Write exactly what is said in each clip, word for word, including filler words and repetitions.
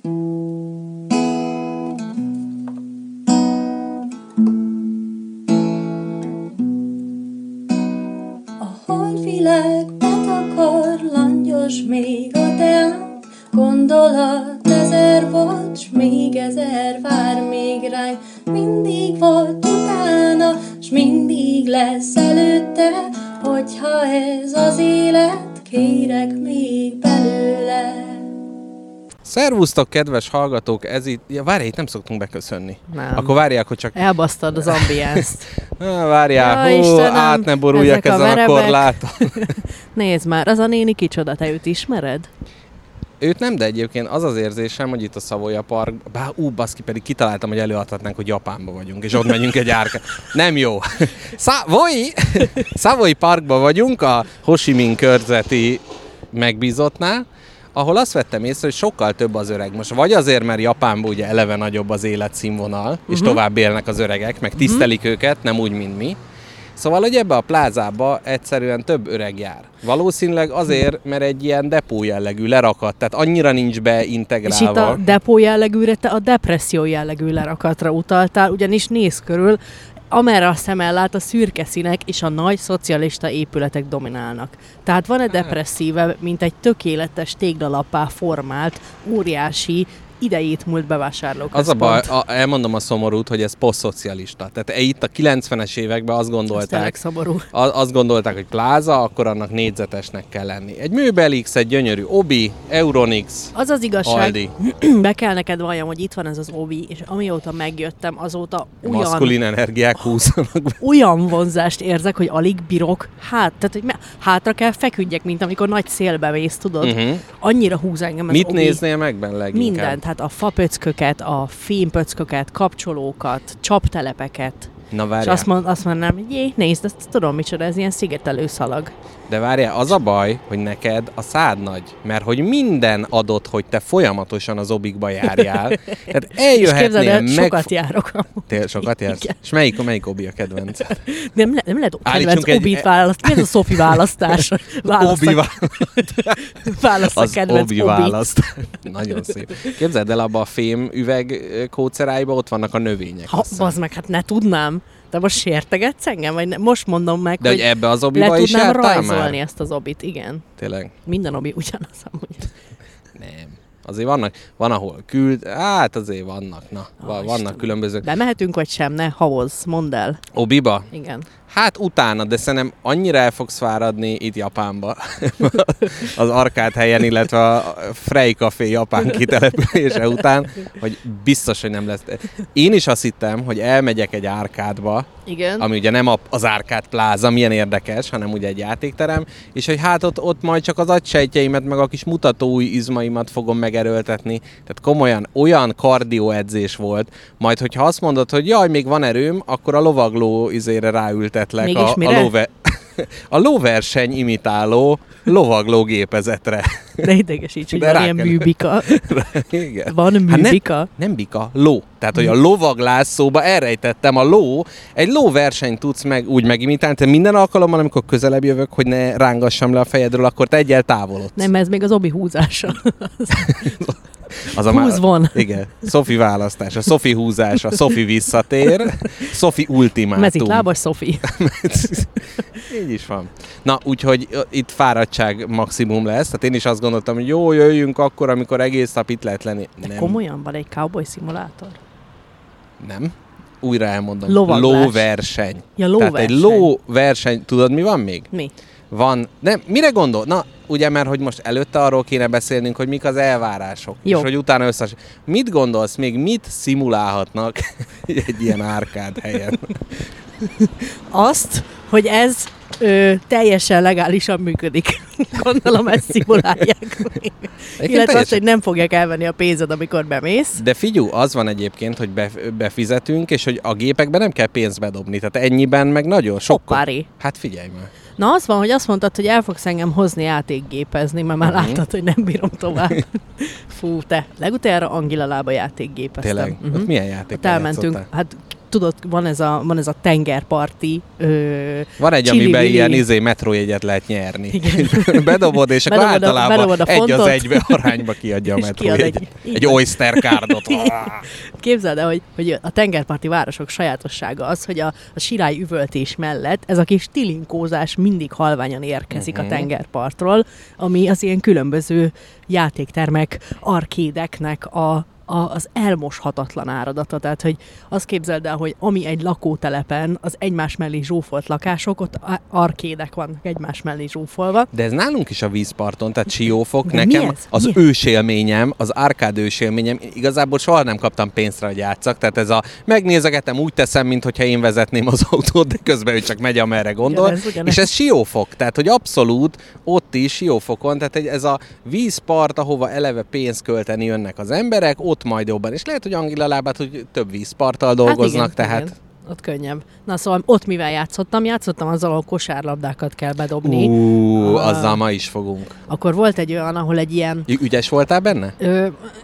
A holdvilág betakar, langyos még a teám, gondolat ezer volt, s még ezer vár még ránk. Mindig volt utána, s mindig lesz előtte, hogyha ez az élet, kérek még belőle. Szervusztok, kedves hallgatók, ez itt... Ja, várjál, itt nem szoktunk beköszönni. Nem. Akkor várják, hogy csak... Elbasztad az ambience-t. Várjál, Ja, hú, Istenem, át ne boruljak ezek a ezen a, a verebek. korláton. Nézd már, az a néni kicsoda, te őt ismered? Őt nem, de egyébként az az érzésem, hogy itt a Savoia Park, bár ú, baszki, pedig kitaláltam, hogy előadhatnánk, hogy Japánba vagyunk, és ott megyünk egy árkán. Nem jó. Savoy, Savoy Parkba vagyunk, a Ho Chi Minh körzeti megbízottnál, ahol azt vettem észre, hogy sokkal több az öreg. Most vagy azért, mert Japánban ugye eleve nagyobb az életszínvonal, és Uh-huh. tovább élnek az öregek, meg tisztelik őket, nem úgy, mint mi. Szóval, hogy ebbe a plázába egyszerűen több öreg jár. Valószínűleg azért, mert egy ilyen depó jellegű lerakat, tehát annyira nincs beintegrálva. És itt a depó jellegűre, te a depresszió jellegű lerakatra utaltál, ugyanis néz körül, amerre a szemmel lát, a szürke színek és a nagy szocialista épületek dominálnak. Tehát van egy depresszíve, mint egy tökéletes téglalappá formált, óriási, idejét múlt bevásárlóközpont. Az a baj, a, elmondom a szomorút, hogy ez posztszocialista. Tehát itt a kilencvenes években azt gondolták, szomorú. a, azt gondolták, hogy pláza, akkor annak négyzetesnek kell lenni. Egy Möbelix, egy gyönyörű Obi, Euronix, Az az igazság, Aldi. be kell neked valljam, hogy itt van ez az Obi, és amióta megjöttem, azóta olyan, Maszkulin energiák húzanak be. olyan vonzást érzek, hogy alig bírok, hát, tehát, hogy me- hátra kell feküdjek, mint amikor nagy szélbe mész, tudod? Uh-huh. Annyira húz engem ez Mit Obi. néznél meg benne leginkább? Mindent, hát a fapöcköket, a fémpöcköket, kapcsolókat, csaptelepeket. Na És várjál, azt, mond, azt mondanám, hogy jé, nézd, ezt tudom micsoda, ez ilyen szigetelő szalag. de várjál, az a baj, hogy neked a szád nagy, mert hogy minden adott, hogy te folyamatosan az Obikba járjál. Tehát És képzeld eljöhetnél el, meg... sokat járok. Tél, sokat jársz? Igen. És melyik, melyik Obi a kedvenc? Nem, le, nem lehet Állítsunk kedvenc egy- Obit választ. Mi ez a Szofi választás? Választ Obi a, választ a Az kedvenc Obi Obit. választ. Nagyon szép. Képzeld el, abba a fém üveg kóceráiba ott vannak a növények. Ha, azt hiszem. bazd meg, hát ne tudnám. De most sértegetsz engem? Vagy ne, most mondom meg, De hogy hogy ebbe az le Obiba is tudnám jártál rajzolni már? ezt az Obit, igen. Tényleg? Minden Obi ugyanaz amúgy. Nem. Azért vannak, van ahol küld, hát azért vannak, na, Ó, vannak Istenem. különböző. Bemehetünk vagy sem? Ne, havozz, mondd el. Obiba? Igen. Hát utána, de szerintem annyira el fogsz fáradni itt Japánba, az Arkád helyen, illetve a Frey Café japán kitelepülése után, hogy biztos, hogy nem lesz. Én is azt hittem, hogy elmegyek egy árkádba, Igen. ami ugye nem a- az Árkád pláza, milyen érdekes, hanem ugye egy játékterem, és hogy hát ott, ott majd csak az agysejtjeimet, meg a kis mutatói izmaimat fogom megerőltetni. Tehát komolyan olyan kardióedzés volt, majd hogyha azt mondod, hogy jaj, még van erőm, akkor a lovagló izére ráültetlek Mégis a, a, mire? lóve, a lóverseny imitáló lovagló gépezetre. De idegesíts, hogy De van rá ilyen kell- műbika. Igen. Van Hát műbika? nem, nem bika, ló. Tehát, hogy a lovaglás szóba elrejtettem a ló. Egy lóversenyt tudsz meg úgy megimitálni, te minden alkalommal, amikor közelebb jövök, hogy ne rángassam le a fejedről, akkor te egyel távolodsz. Nem, ez még az Obi húzása. Az a Húz von. Igen. Szofi választása, Szofi húzása, Szofi visszatér, Szofi ultimátum. Mezitlábas Szofi. Így is van. Na, úgyhogy ö, itt fáradtság maximum lesz. Tehát én is azt gondoltam, hogy jó, jöjjünk akkor, amikor egész nap itt lehet lenni. De Nem. komolyan van egy cowboy szimulátor? Nem. Újra elmondom. Lovaglás. Lóverseny. Ja, Tehát egy lóverseny. lóverseny, tudod mi van még? Mi? Van, nem, mire gondol? Na, ugye, mert hogy most előtte arról kéne beszélnünk, hogy mik az elvárások. Jó. És hogy utána összes. Mit gondolsz, még mit szimulálhatnak egy ilyen árkád helyen? Azt, hogy ez ö, teljesen legálisan működik. Gondolom, ezt szimulálják. Illetve azt, teljesen- hogy nem fogják elvenni a pénzed, amikor bemész. De figyelj, az van egyébként, hogy bef- befizetünk, és hogy a gépekben nem kell pénzt bedobni. Tehát ennyiben meg nagyon sok. Hoppári. Hát figyelj már. Na, az van, hogy azt mondtad, hogy el fogsz engem hozni játékgépezni, mert már Mhm. láttad, hogy nem bírom tovább. Fú, te. Legutoljára Angila lába játékgépeztem. Tényleg? Mhm. Ott milyen játék? Ott elmentünk, hát tudod, van ez a, van ez a tengerparti ö, van egy, Chili amiben Willy. ilyen izé metrójegyet lehet nyerni. Igen. Bedobod, és akkor Bedobod a- általában bedobod a egy az fontot. egybe arányba kiadja a És kiad metrójegyet. egy- Egy oyster cardot. Képzeld el, hogy, hogy a tengerparti városok sajátossága az, hogy a, a sirály üvöltés mellett ez a kis tilinkózás mindig halványan érkezik Mhm. uh-huh. a tengerpartról, ami az ilyen különböző játéktermek, arkédeknek a, a, az elmoshatatlan áradata. Tehát, hogy azt képzeld el, hogy ami egy lakótelepen az egymás mellé zsúfolt lakások, ott a- arkédek vannak egymás mellé zsúfolva. De ez nálunk is a vízparton, tehát Siófok. De mi Nekem ez? az Mi? ősélményem, az arkád ősélményem, igazából soha nem kaptam pénzre, hogy játszak, tehát ez a megnézegetem, úgy teszem, mintha én vezetném az autót, de közben ő csak megy, amerre gondol. Ugyanez, ugyanez. És ez Siófok, tehát hogy abszolút ott is Siófokon, tehát egy- ez a vízpart, ahova eleve pénzt költeni jönnek az emberek, ott majd jobban. És lehet, hogy Angila lábát, hogy több vízparttal dolgoznak, hát igen, tehát... Igen. Ott könnyebb. Na szóval ott mivel játszottam? Játszottam azzal, ahol kosárlabdákat kell bedobni. Ú, Ah. azzal ma is fogunk. Akkor volt egy olyan, ahol egy ilyen... Ü- Ügyes voltál benne? Ö,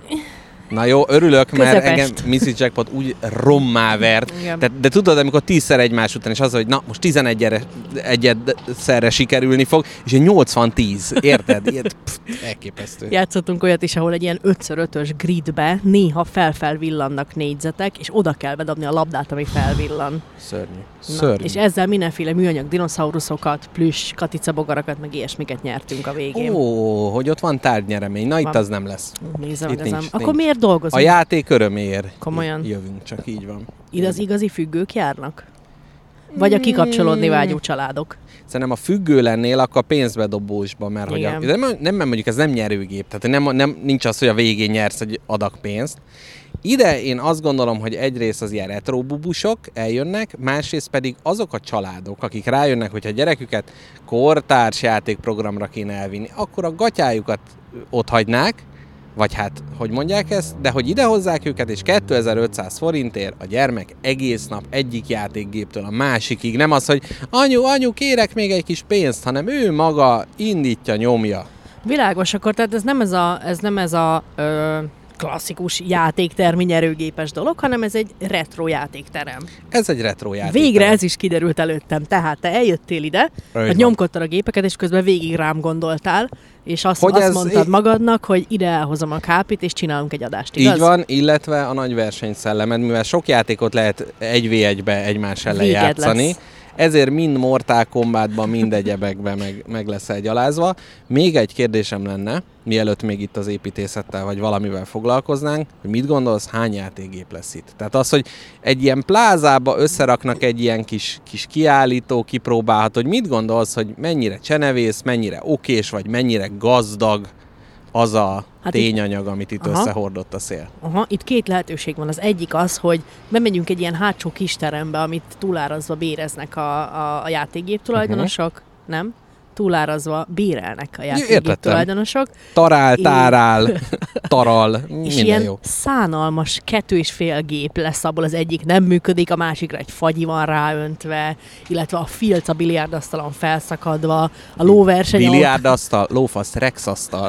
Na jó, örülök, mert Közepest. engem missziz Jackpot úgy rommá vert. Igen. De, de tudod, amikor tízszer egymás után, és az, hogy na, most tizenegyre egyszerre sikerülni fog, és egy nyolcvan tíz, érted? Ilyet, pff, elképesztő. játszottunk olyat is, ahol egy ilyen ötször ötös gridbe néha fel-fel villannak négyzetek, és oda kell bedobni a labdát, ami felvillan. Szörnyű. Na, Szörnyű. és ezzel mindenféle műanyag dinoszauruszokat, plüss, katicabogarakat, meg ilyesmiket nyertünk a végén. Ó, hogy ott van tárgynyeremény. Na, itt Van. az nem lesz. Nézem, itt meg ezen. nincs, Akkor nincs. miért A dolgozunk? játék öröméért Komolyan? jövünk, csak így van. Ide az igazi függők járnak? Vagy a kikapcsolódni vágyó családok? Szerintem a függő lennél, akkor a pénzbedobósba, mert hogy a, Igen. nem, nem, nem mondjuk ez nem nyerőgép, tehát nem, nem, nincs az, hogy a végén nyersz egy adag pénzt. Ide én azt gondolom, hogy egyrészt az ilyen retrobubusok eljönnek, másrészt pedig azok a családok, akik rájönnek, hogy a gyereküket kortárs játékprogramra kéne elvinni, akkor a gatyájukat ott hagynák, vagy hát, hogy mondják ezt, de hogy idehozzák őket, és kétezer-ötszáz forintért a gyermek egész nap egyik játékgéptől a másikig, nem az, hogy anyu, anyu, kérek még egy kis pénzt, hanem ő maga indítja, nyomja. Világos, akkor tehát ez nem ez a, ez nem ez a ö, klasszikus játéktermi nyerőgépes dolog, hanem ez egy retro játékterem. Ez egy retro játék. Végre ez is kiderült előttem. Tehát te eljöttél ide, van. hogy nyomkodtad a gépeket, és közben végig rám gondoltál, és azt, Hogy azt ez mondtad í- magadnak, hogy ide elhozom a kápit, és csinálunk egy adást, igaz? Így van, illetve a nagy versenyszellemed, mivel sok játékot lehet egy vé egybe egymás ellen Véged játszani, lesz. ezért mind Mortal Kombatban, mind egyebekben meg, meg lesz egy alázva. Még egy kérdésem lenne, mielőtt még itt az építészettel vagy valamivel foglalkoznánk, hogy mit gondolsz, hány játékgép lesz itt? Tehát az, hogy egy ilyen plázába összeraknak egy ilyen kis, kis kiállító, kipróbálható, hogy mit gondolsz, hogy mennyire csenevész, mennyire okés, vagy mennyire gazdag az a Hát tényanyag, amit itt Aha. összehordott a szél. Aha, itt két lehetőség van. Az egyik az, hogy bemegyünk egy ilyen hátsó kisterembe, amit túlárazva béreznek a, a, a játékgép tulajdonosok, uh-huh. nem? Túlárazva bérelnek a játékgép értettem. tulajdonosok. Tarál, É- tárál, taral, És minden ilyen jó. szánalmas kettő és fél gép lesz, abból az egyik nem működik, a másikra egy fagyi van ráöntve, illetve a filc a biliárdasztalon felszakadva, a lóverseny... ahol- Biliárdasztal, lófasz, rexasztal.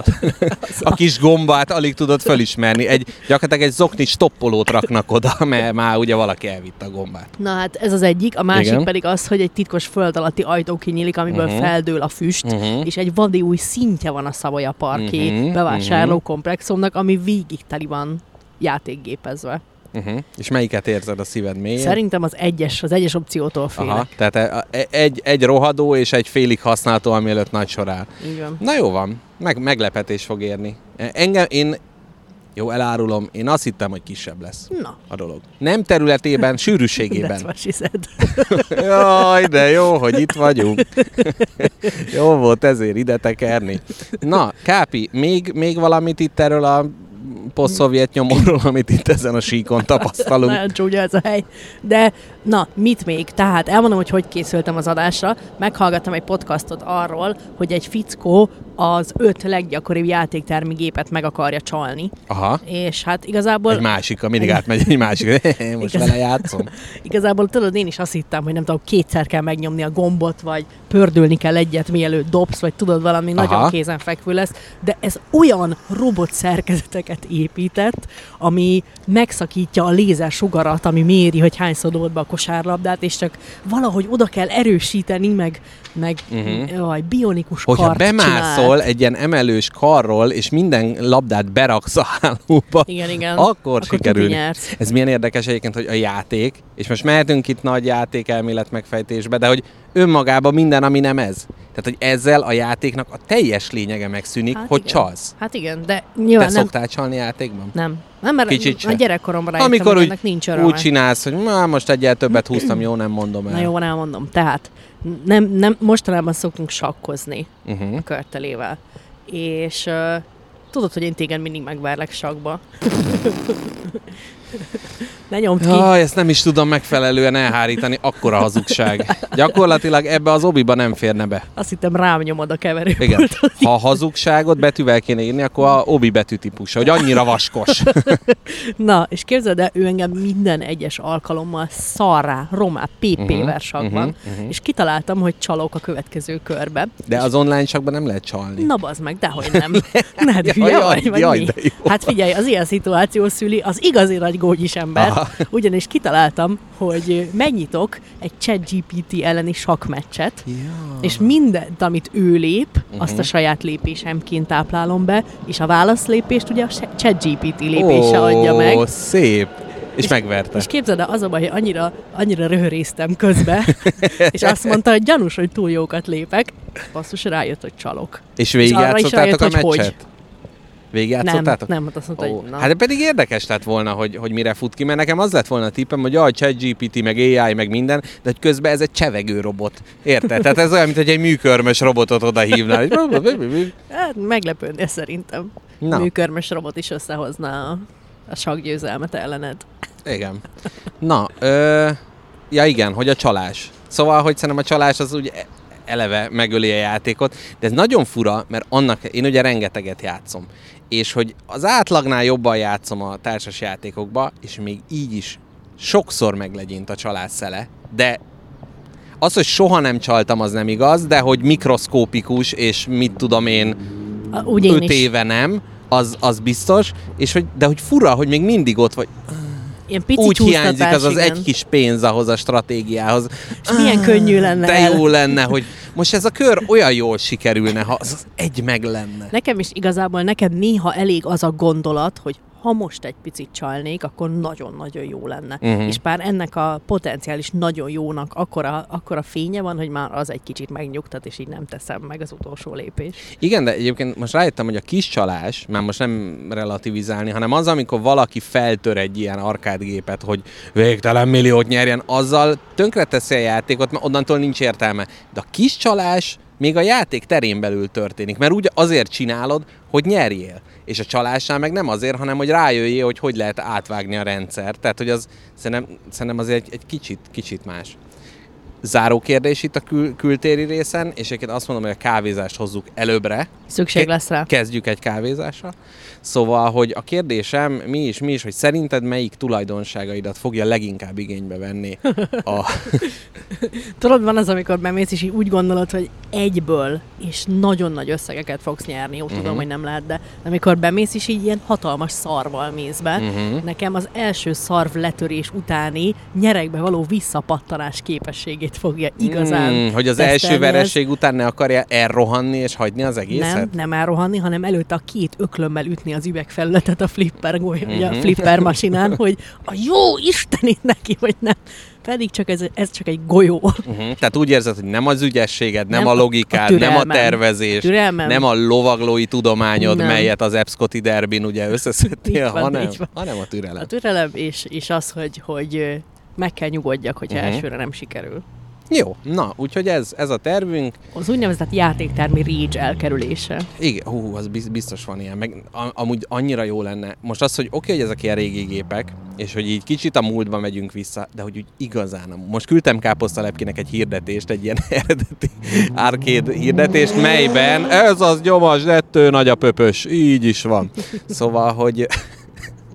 A kis gombát alig tudod fölismerni. Egy, gyakorlatilag egy zokni stoppolót raknak oda, mert már ugye valaki elvitte a gombát. Na hát ez az egyik, a másik Igen. pedig az, hogy egy titkos föld alatti ajtó kinyílik, amiből Mhm. uh-huh. feldől a füst, Mhm. uh-huh. és egy vadi új szintje van a Savoya Parké Mhm, uh-huh. bevásárló mhm. komplexumnak, ami végig teli van játékgépezve. Uh-huh. És melyiket érzed a szíved mélyén? Szerintem az egyes, az egyes opciótól félek. Aha, tehát e- e- egy, egy rohadó és egy félig használható, ami előtt nagy sor áll. Így van. Na jó van, meg, meglepetés fog érni. Engem, én, jó, elárulom, én azt hittem, hogy kisebb lesz Na, a dolog. Nem területében, that's sűrűségében. what she said. Jaj, de jó, hogy itt vagyunk. Jó volt ezért ide tekerni. Na, Kápi, még, még valamit itt erről a posztszovjet nyomorról, amit itt ezen a síkon tapasztalunk. Nagyon csúnya ez a hely. De, na, mit még? Tehát elmondom, hogy hogy készültem az adásra. Meghallgattam egy podcastot arról, hogy egy fickó az öt leggyakoribb játéktermi gépet meg akarja csalni. Aha, És hát igazából... egy másik, mindig átmegy egy másik. Most Igaz- vele játszom. Igazából tudod, én is azt hittem, hogy nem tudom, kétszer kell megnyomni a gombot, vagy pördülni kell egyet, mielőtt dobsz, vagy tudod, valami Aha. nagyon kézenfekvő lesz, de ez olyan robot szerkezeteket épített, ami megszakítja a lézer sugarat, ami méri, hogy hányszor dobott be a kosárlabdát, és csak valahogy oda kell erősíteni, meg, meg uh-huh. jaj, bionikus Hogyha kart bemászol csinált. egy ilyen emelős karról, és minden labdát beraksz a hálóba, igen, igen. akkor, akkor sikerül. nyersz. Ez milyen érdekes egyébként, hogy a játék, és most mehetünk itt nagy játékelmélet megfejtésbe, de hogy önmagában minden, ami nem ez. Tehát, hogy ezzel a játéknak a teljes lényege megszűnik, hát hogy igen. csalsz. Hát igen, de nyilván Te nem... szoktál csalni játékban? Nem. Nem, mert Kicsit a se. gyerekkoromban rájöttem, Amikor hogy úgy, ennek nincs öröme. úgy csinálsz, hogy má, most egyel többet húztam, jó, nem mondom el. Na jó, nem mondom. Tehát nem, nem, mostanában szoktunk sakkozni Uh-huh. a körtelével. És uh, tudod, hogy én téged mindig megverlek sakba. Ne nyomd ki. Jaj, ezt nem is tudom megfelelően elhárítani, akkora hazugság. Gyakorlatilag ebbe az obiba nem férne be. Azt hittem rám nyomod a keverőt. Igen. Ha a hazugságot betűvel kéne írni, akkor a obi betűtípusa, hogy annyira vaskos. Na, és képzeld el, ő engem minden egyes alkalommal szarrá, romá, pépé Uh-huh, sakban, uh-huh, uh-huh. és kitaláltam, hogy csalok a következő körbe. De az online sakban nem lehet csalni. Na bazd meg, dehogy nem. Ne, Jaj, hülye jaj, vagy, vagy jaj, mi? de jó. Hát figyelj, az ilyen szituáció szüli az igazi nagy gógyis ember, Aha. ugyanis kitaláltam, hogy megnyitok egy ChatGPT elleni sakkmeccset, Ja. és mindent, amit ő lép, Uh-huh. azt a saját lépésemként táplálom be, és a válaszlépést ugye a ChatGPT lépése adja meg. Ó, szép. És, és megverte. És képzeld el, az a baj, hogy annyira, annyira röhöréztem közbe, és azt mondta, hogy gyanús, hogy túl jókat lépek. Basszus, rájött, hogy csalok. És végigjátszottátok a rájött, hogy meccset? Végigjátszottátok? Nem, nem, hát azt mondta, Ó, hogy na. hát pedig érdekes lett volna, hogy, hogy mire fut ki, mert nekem az lett volna a tippem, hogy jaj, ChatGPT, meg á i, meg minden, de hogy közben ez egy csevegő robot. Érted? Tehát ez olyan, mint hogy egy műkörmös robotot oda hívnál. Hát meglepődnél szerintem. Na. Műkörmös robot is összehozná a, a sakkgyőzelmet ellened. Igen. Na, ö, ja igen, hogy a csalás. Szóval, hogy szerintem a csalás az úgy eleve megöli a játékot, de ez nagyon fura, mert annak, én ugye rengeteget játszom, és hogy az átlagnál jobban játszom a társas játékokba, és még így is sokszor meglegyint a csalás szele, de az, hogy soha nem csaltam, az nem igaz, de hogy mikroszkópikus, és mit tudom én, A, úgy én öt is. éve nem, az, az biztos, és hogy, de hogy fura, hogy még mindig ott vagy. Ilyen pici Úgy csúsztatás, hiányzik az az igen. egy kis pénz ahhoz a stratégiához. És milyen könnyű lenne De el. jó lenne, hogy most ez a kör olyan jól sikerülne, ha az, az egy meg lenne. Nekem is igazából, nekem néha elég az a gondolat, hogy ha most egy picit csalnék, akkor nagyon-nagyon jó lenne. Uh-huh. És bár ennek a potenciális nagyon jónak akkora, akkora fénye van, hogy már az egy kicsit megnyugtat, és így nem teszem meg az utolsó lépést. Igen, de egyébként most rájöttem, hogy a kis csalás, már most nem relativizálni, hanem az, amikor valaki feltör egy ilyen arkádgépet, hogy végtelen milliót nyerjen, azzal tönkreteszi a játékot, mert onnantól nincs értelme. De a kis csalás még a játék terén belül történik, mert úgy azért csinálod, hogy nyerjél. És a csalásnál meg nem azért, hanem hogy rájöjjél, hogy hogy lehet átvágni a rendszert. Tehát, hogy az szerintem, szerintem azért egy, egy kicsit, kicsit más. Záró kérdés itt a kül- kültéri részen, és egyébként azt mondom, hogy a kávézást hozzuk előbbre. Szükség Ke- lesz rá. Kezdjük egy kávézással. Szóval, hogy a kérdésem mi is, mi is, hogy szerinted melyik tulajdonságaidat fogja leginkább igénybe venni a... Tudod, van az, amikor bemész, és így úgy gondolod, hogy egyből, és nagyon nagy összegeket fogsz nyerni. Jó, tudom, Mhm. hogy nem lehet, de amikor bemész, és így ilyen hatalmas szarval mész be, Mhm. nekem az első szarv letörés utáni nyerekbe való visszapattanás képességét fogja igazán Mm, hogy az tesztelni első ez. vereség után ne akarja elrohanni és hagyni az egészet? Nem, nem elrohanni, hanem előtte a két öklömmel ütni az üvegfelületet a flipper, goly- Mhm. a flipper masinán, hogy a jó Isten neki, vagy nem. Pedig csak ez, ez csak egy golyó. Uh-huh. Tehát úgy érzed, hogy nem az ügyességed, nem, Nem a a- logikád, a nem a türelmem. tervezés, Türelmem. nem a lovaglói tudományod, Nem. melyet az Epscoti derbin ugye összeszedtél, Így van, hanem, így van. hanem a türelem. A türelem és, és az, hogy, hogy ö, meg kell nyugodjak, hogyha Mhm. uh-huh. elsőre nem sikerül. Jó, na, úgyhogy ez, ez a tervünk. Az úgynevezett játéktermi rage elkerülése. Igen, hú, az biz- biztos van ilyen, meg a- amúgy annyira jó lenne. Most az, hogy oké, hogy ezek ilyen régi gépek, és hogy így kicsit a múltba megyünk vissza, de hogy úgy igazán. nem. Most küldtem Káposztalepkének egy hirdetést, egy ilyen eredeti arcade hirdetést, melyben ez az gyomas, nettő nagy a pöpös, így is van. Szóval, hogy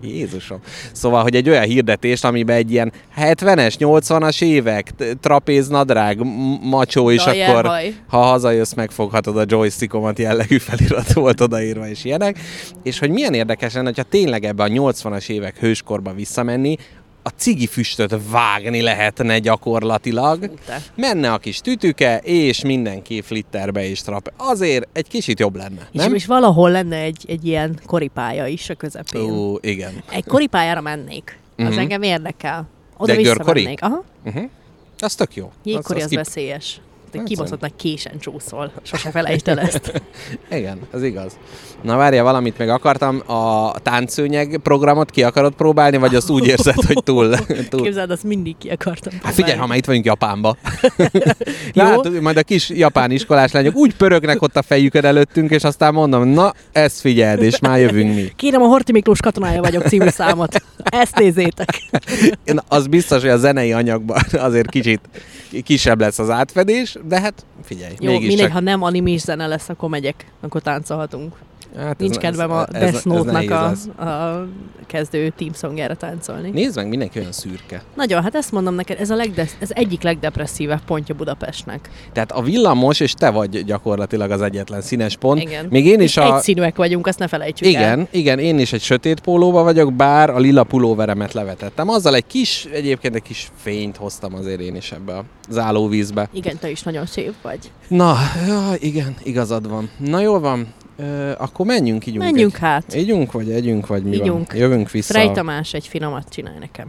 Jézusom. Szóval, hogy egy olyan hirdetés, amiben egy ilyen hetvenes, nyolcvanas évek, trapéznadrág, macsó, és Dajjel akkor haj. ha hazajössz, megfoghatod a joystickomat jellegű felirat volt odaírva, és ilyenek. És hogy milyen érdekes lenne, hogyha tényleg ebbe a nyolcvanas évek hőskorba visszamenni, a cigi füstöt vágni lehetne gyakorlatilag. Te. Menne a kis tütüke, és mindenki flitterbe és trap. Azért egy kicsit jobb lenne, És, nem? és valahol lenne egy, egy ilyen koripálya is a közepén. Ó, igen. Egy koripályára mennék. Az Mhm. engem érdekel. De Oda egy görkori? visszamennék. Aha. Uh-huh. Az tök jó. Jégkori az, az kip- veszélyes. Te Hát kibaszott nagy késen csúszol. Sose felejtsd el ezt. Igen, az igaz. Na várja, valamit meg akartam. A táncszőnyeg programot ki akarod próbálni, vagy azt úgy érzed, hogy túl... túl... Képzeld, azt mindig ki akartam Hát figyelj, ha már itt vagyunk Japánba. Jó. Látod, majd a kis japán iskolás lányok úgy pörögnek ott a fejükön előttünk, és aztán mondom, na, ezt figyeld, és már jövünk mi. Kérem, a Horthy Miklós katonája vagyok című számot. Ezt nézzétek. Én az biztos, hogy a zenei anyagban azért kicsit kisebb lesz az átfedés, de hát figyelj, Jó, mégis mindegy, csak... ha nem animés zene lesz, akkor megyek. Akkor táncolhatunk. Hát Nincs ez- kedvem a ez- ez- Death ez Note-nak nehéz a, lesz. a kezdő team songjára táncolni. Nézd meg, mindenki olyan szürke. Nagyon, hát ezt mondom neked, ez, a legde- ez egyik legdepresszívebb pontja Budapestnek. Tehát a villamos, és te vagy gyakorlatilag az egyetlen színes pont. Igen. Még én is a... Egyszínűek vagyunk, azt ne felejtsük el. Igen, igen, én is egy sötét pólóba vagyok, bár a lila pulóveremet levetettem. Azzal egy kis, egyébként egy kis fényt hoztam azért én is ebbe a zálóvízbe. Igen, te is nagyon szép vagy. Na, jaj, igen, igazad van. Na jól van, Ö, akkor menjünk, ígyunk. Menjünk egy... hát. Ígyunk, vagy együnk, vagy mi Ígyunk. van? Jövünk vissza. Frey Tamás, egy finomat csinálj nekem.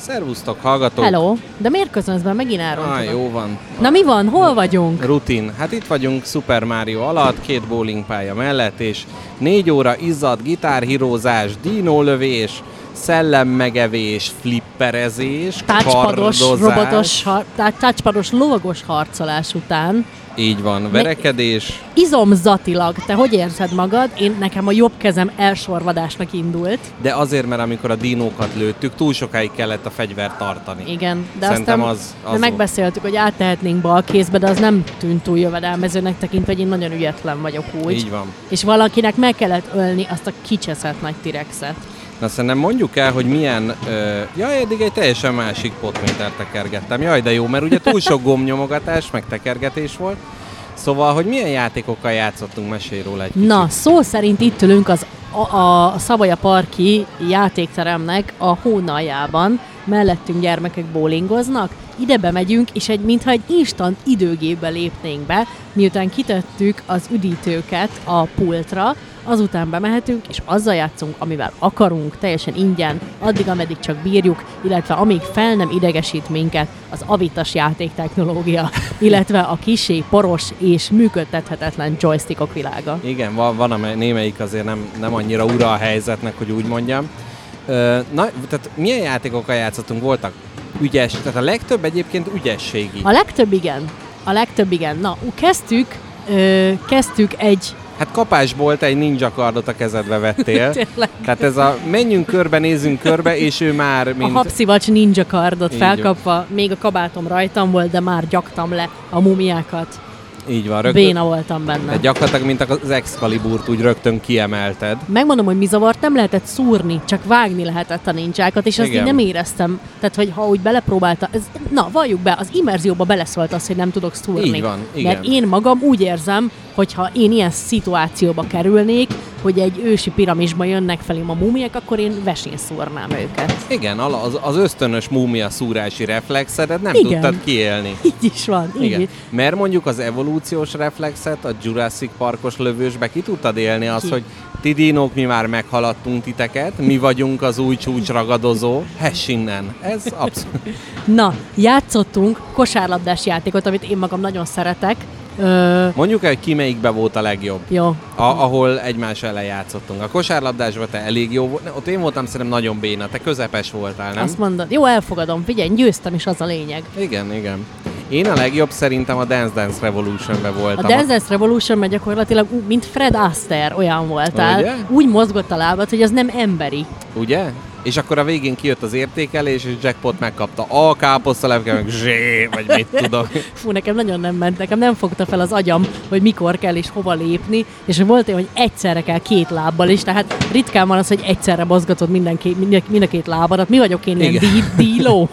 Szervusztok, hallgatók! Hello! De miért köszönsz be? Megint elrontod. Ah, jó van. Na mi van? Hol vagyunk? Rutin. Hát itt vagyunk Super Mario alatt, két bowlingpálya mellett, és négy óra izzadt gitárhírózás, dinólövés, szellemmegevés, flipperezés, Touchpados, kardozás. robotos, har- tá- touchpados, lovagos harcolás után. Így van, verekedés. Izomzatilag, te hogy érzed magad? Én nekem a jobb kezem elsorvadásnak indult. De azért, mert amikor a dinókat lőttük, túl sokáig kellett a fegyvert tartani. Igen, de Szerintem aztán az, az de megbeszéltük, hogy áttehetnénk bal kézbe, de az nem tűnt túl jövedelmezőnek tekintve, hogy én nagyon ügyetlen vagyok úgy. Így van. És valakinek meg kellett ölni azt a kicseszett nagy T-rexet. Na szerintem mondjuk el, hogy milyen... Ö, jaj, eddig egy teljesen másik potmétert tekergettem. Jaj, de jó, mert ugye túl sok gombnyomogatás, meg tekergetés volt. Szóval, hogy milyen játékokkal játszottunk, mesélj róla egy kicsit. Na, szó szerint itt ülünk az, a, a Savoya Parki játékteremnek a hónaljában. Mellettünk gyermekek bowlingoznak, ide bemegyünk, és egy, mintha egy instant időgépbe lépnénk be, miután kitettük az üdítőket a pultra, azután bemehetünk, és azzal játszunk, amivel akarunk, teljesen ingyen, addig, ameddig csak bírjuk, illetve amíg fel nem idegesít minket az avitas játéktechnológia, illetve a kisé poros és működtethetetlen joystickok világa. Igen, van, van amely, némelyik azért nem, nem annyira ura a helyzetnek, hogy úgy mondjam. Ö, na, tehát milyen játékokkal játszottunk? Voltak ügyes, tehát a legtöbb egyébként ügyességi. A legtöbb igen. A legtöbb igen. Na, kezdtük, ö, kezdtük egy... Hát kapásból te egy ninja kardot a kezedbe vettél. Tényleg. Tehát ez a menjünk körbe, nézzünk körbe, és ő már mint... A habszivacs ninja kardot Így felkapva, még a kabátom rajtam volt, de már gyaktam le a mumiákat. Így van, rögtön. Béna voltam benne. Tehát gyakorlatilag, mint az Excaliburt úgy rögtön kiemelted. Megmondom, hogy mi zavart, nem lehetett szúrni, csak vágni lehetett a ninjákat, és azt Igen. így nem éreztem. Tehát, hogy ha úgy belepróbálta, ez, na, valljuk be, az immerzióba beleszólt az, hogy nem tudok szúrni. Így van, igen. Mert én magam úgy érzem, hogyha én ilyen szituációba kerülnék, hogy egy ősi piramisba jönnek felém a múmiák, akkor én vesén szúrnám őket. Igen, az, az ösztönös múmia szúrási reflexedet nem Igen. tudtad kiélni. Így is van. Így Igen. is. Mert mondjuk az evolúciós reflexet, a Jurassic Parkos lövősbe ki tudtad élni azt, Ki? hogy ti dinók, mi már meghaladtunk titeket, mi vagyunk az új csúcs ragadozó, hess innen. Ez abszolút. Na, játszottunk kosárlabdás játékot, amit én magam nagyon szeretek. Ö, Mondjuk el, hogy ki melyikbe volt a legjobb, jó. a, ahol egymás ellen játszottunk. A kosárlabdásban te elég jó volt, ott én voltam szerintem nagyon béna, te közepes voltál, nem? Azt mondod. Jó, elfogadom. Figyelj, győztem, és az a lényeg. Igen, igen. Én a legjobb szerintem a Dance Dance Revolution-ben A voltam. Dance Dance Revolution-ben gyakorlatilag ú- mint Fred Astaire olyan voltál. Ugye? Úgy mozgott a lábad, hogy az nem emberi. Ugye? És akkor a végén kijött az értékelés, és Jackpot megkapta a káposztalepke, meg zsé, vagy mit tudom. Fú, nekem nagyon nem ment, nekem nem fogta fel az agyam, hogy mikor kell és hova lépni, és volt olyan, hogy egyszerre kell két lábbal is, tehát ritkán van az, hogy egyszerre mozgatod minden két, mind, mind a két lábadat. Mi vagyok én, ilyen Igen. dí- díló?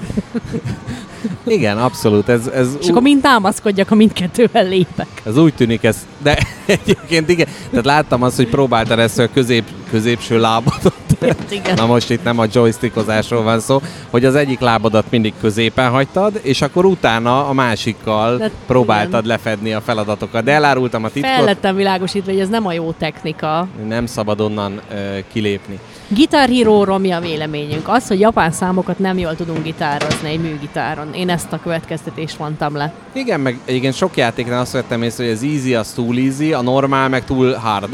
Igen, abszolút. Ez, ez, És akkor mind támaszkodjak, ha mindkettővel lépek. ez úgy tűnik, ez, de egyébként igen. Tehát láttam azt, hogy próbáltad ezt a közép, középső lábadat. Igen. Na most itt nem a joystickozásról van szó, hogy az egyik lábadat mindig középen hagytad, és akkor utána a másikkal De próbáltad igen. lefedni a feladatokat. De elárultam a titkot, Fel lettem világosítva, hogy ez nem a jó technika. nem szabad onnan ö, kilépni. Guitar Hero-ról mi a véleményünk? Az, hogy japán számokat nem jól tudunk gitározni egy műgitáron. Én ezt a következtetést vontam le. Igen, meg igen, sok játéknál azt vettem észre, hogy az easy az túl easy, a normál meg túl hard.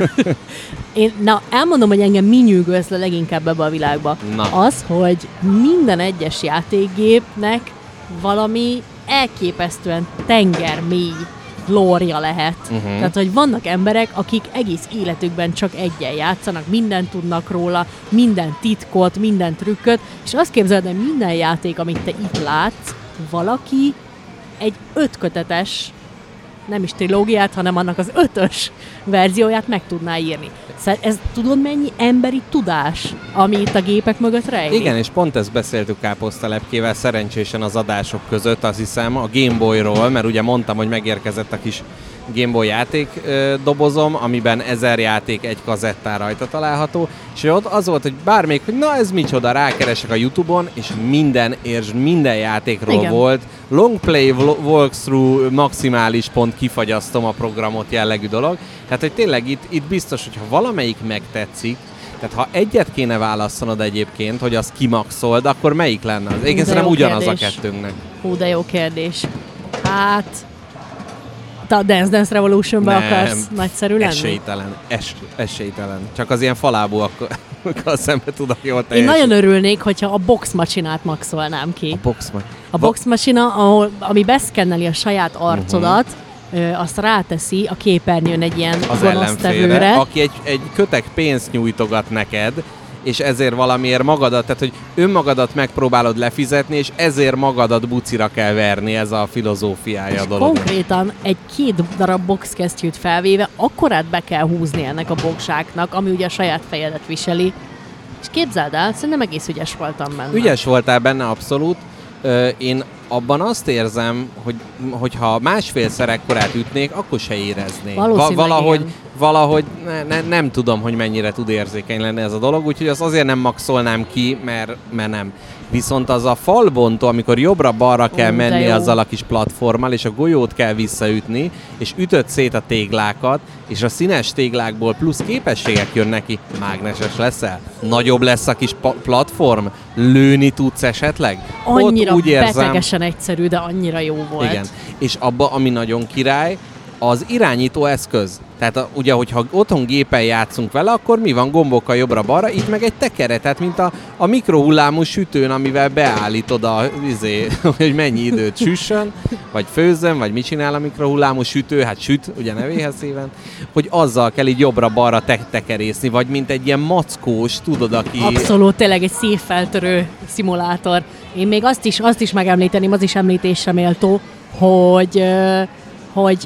Én, na, elmondom, hogy engem mi nyűgöz le leginkább ebbe a világba. Na. Az, hogy minden egyes játékgépnek valami elképesztően tengermély lórja lehet. Uh-huh. Tehát, hogy vannak emberek, akik egész életükben csak egyen játszanak, mindent tudnak róla, minden titkot, minden trükköt, és azt képzeld, hogy minden játék, amit te itt látsz, valaki egy ötkötetes, nem is trilógiát, hanem annak az ötös verzióját meg tudná írni. Szóval ez tudod mennyi emberi tudás, ami itt a gépek mögött rejlik? Igen, és pont ezt beszéltük káposztalepkével szerencsésen az adások között, azt hiszem, a Game Boy-ról, mert ugye mondtam, hogy megérkezett a kis Game Boy játék ö, dobozom, amiben ezer játék egy kazettán rajta található, és ott az volt, hogy bármelyik, hogy na ez micsoda, rákeresek a YouTube-on, és minden, és minden játékról Igen. volt. Long play walkthrough, maximális pont kifagyasztom a programot jellegű dolog. Tehát, hogy tényleg itt, itt biztos, hogy ha valamelyik megtetszik, Tehát ha egyet kéne választanod egyébként, hogy azt kimaxold, akkor melyik lenne az? Egyébként szerintem ugyanaz kérdés. a kettőnknek. Hú, de jó kérdés. Hát... Te a Dance Dance Revolutionba akarsz nagyszerű lenni? Esélytelen, es, esélytelen. Csak az ilyen falábúakkal szembe tudok jól Én teljesíteni. nagyon örülnék, hogyha a box macsinát maxolnám ki. A box ma- A box machina, ahol, ami beszkenneli a saját arcodat, uh-huh. ö, azt ráteszi a képernyőn egy ilyen az gonosztevőre. ellenfélre, aki egy, egy kötek pénzt nyújtogat neked, és ezért valamiért magadat, tehát hogy önmagadat megpróbálod lefizetni, és ezért magadat bucira kell verni, ez a filozófiája a dolognak. Konkrétan egy két darab boxkesztyűt felvéve akkorát be kell húzni ennek a boksáknak, ami ugye a saját fejedet viseli. És képzeld el, szerintem egész ügyes voltam benne. Ügyes voltál benne, abszolút. Ö, én abban azt érzem, hogy hogyha másfélszer ekkorát ütnék, akkor se éreznék. Valószínűleg valahogy igen. valahogy ne, ne, nem tudom, hogy mennyire tud érzékeny lenni ez a dolog, úgyhogy azt azért nem maxolnám ki, mert, mert nem. Viszont az a falbontó, amikor jobbra-balra kell Ó, menni jó. azzal a kis platformmal, és a golyót kell visszaütni, és ütött szét a téglákat, és a színes téglákból plusz képességek jön neki, mágneses leszel, nagyobb lesz a kis pa- platform, lőni tudsz esetleg? Annyira Ott úgy érzem, betegesen egyszerű, de annyira jó volt. igen. És abba, ami nagyon király, az irányító eszköz. Tehát a, ugye, hogyha otthon gépen játszunk vele, akkor mi van gombokkal jobbra-balra, itt meg egy tekere, tehát mint a, a mikrohullámú sütőn, amivel beállítod a, izé, hogy mennyi időt süssön, vagy főzzön, vagy mit csinál a mikrohullámú sütő, hát süt, ugye nevéhez szíven, hogy azzal kell így jobbra-balra te- tekerészni, vagy mint egy ilyen mackós, tudod, aki... Abszolút, tényleg egy szívfeltörő szimulátor. Én még azt is, azt is megemlíteném, az is említésre méltó, hogy, ö, hogy